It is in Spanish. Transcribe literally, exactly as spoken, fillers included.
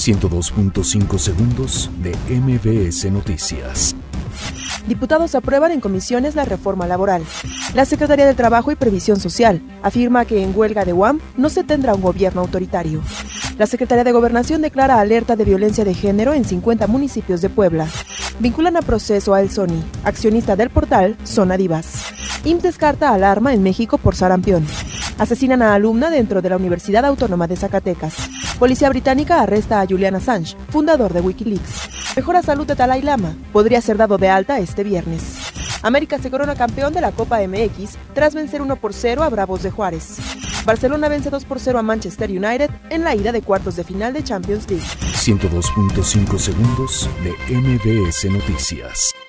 ciento dos punto cinco segundos de M B S Noticias. Diputados aprueban en comisiones la reforma laboral. La Secretaría de Trabajo y Previsión Social afirma que en huelga de U A M no se tendrá un gobierno autoritario. La Secretaría de Gobernación declara alerta de violencia de género en cincuenta municipios de Puebla. Vinculan a proceso a El Sony, accionista del portal Zona Divas. I M S S descarta alarma en México por sarampión. Asesinan a alumna dentro de la Universidad Autónoma de Zacatecas. Policía británica arresta a Julian Assange, fundador de Wikileaks. Mejora salud de Dalai Lama. Podría ser dado de alta este viernes. América se corona campeón de la Copa M X tras vencer uno por cero a Bravos de Juárez. Barcelona vence dos por cero a Manchester United en la ida de cuartos de final de Champions League. ciento dos punto cinco segundos de M B S Noticias.